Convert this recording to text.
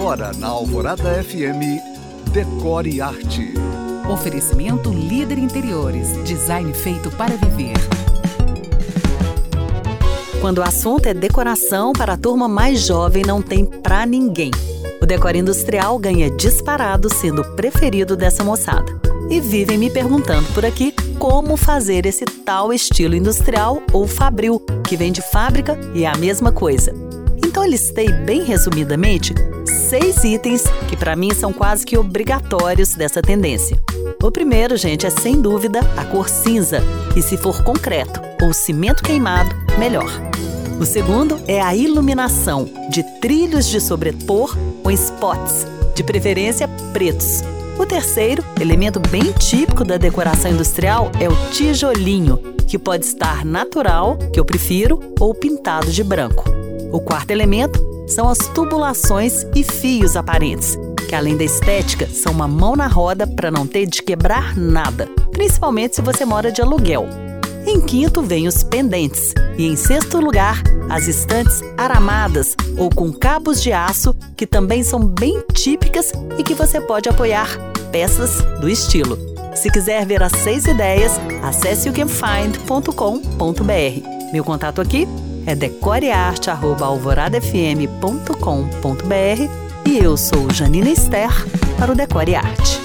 Agora na Alvorada FM, Decore Arte. Oferecimento Líder Interiores, design feito para viver. Quando o assunto é decoração para a turma mais jovem, não tem pra ninguém. O Decore Industrial ganha disparado, sendo o preferido dessa moçada. E vivem me perguntando por aqui como fazer esse tal estilo industrial ou fabril, que vem de fábrica e é a mesma coisa. Então eu listei bem resumidamente 6 itens que para mim são quase que obrigatórios dessa tendência. O primeiro, gente, é sem dúvida a cor cinza, e se for concreto ou cimento queimado, melhor. O segundo é a iluminação, de trilhos de sobrepor ou spots, de preferência pretos. O terceiro, elemento bem típico da decoração industrial, é o tijolinho, que pode estar natural, que eu prefiro, ou pintado de branco. O quarto elemento são as tubulações e fios aparentes, que além da estética, são uma mão na roda para não ter de quebrar nada, principalmente se você mora de aluguel. Em quinto vem os pendentes e em sexto lugar, as estantes aramadas ou com cabos de aço, que também são bem típicas e que você pode apoiar peças do estilo. Se quiser ver as 6 ideias, acesse youcanfind.com.br. Meu contato aqui é decorearte@alvoradafm.com.br e eu sou Janina Esther para o Decore Arte.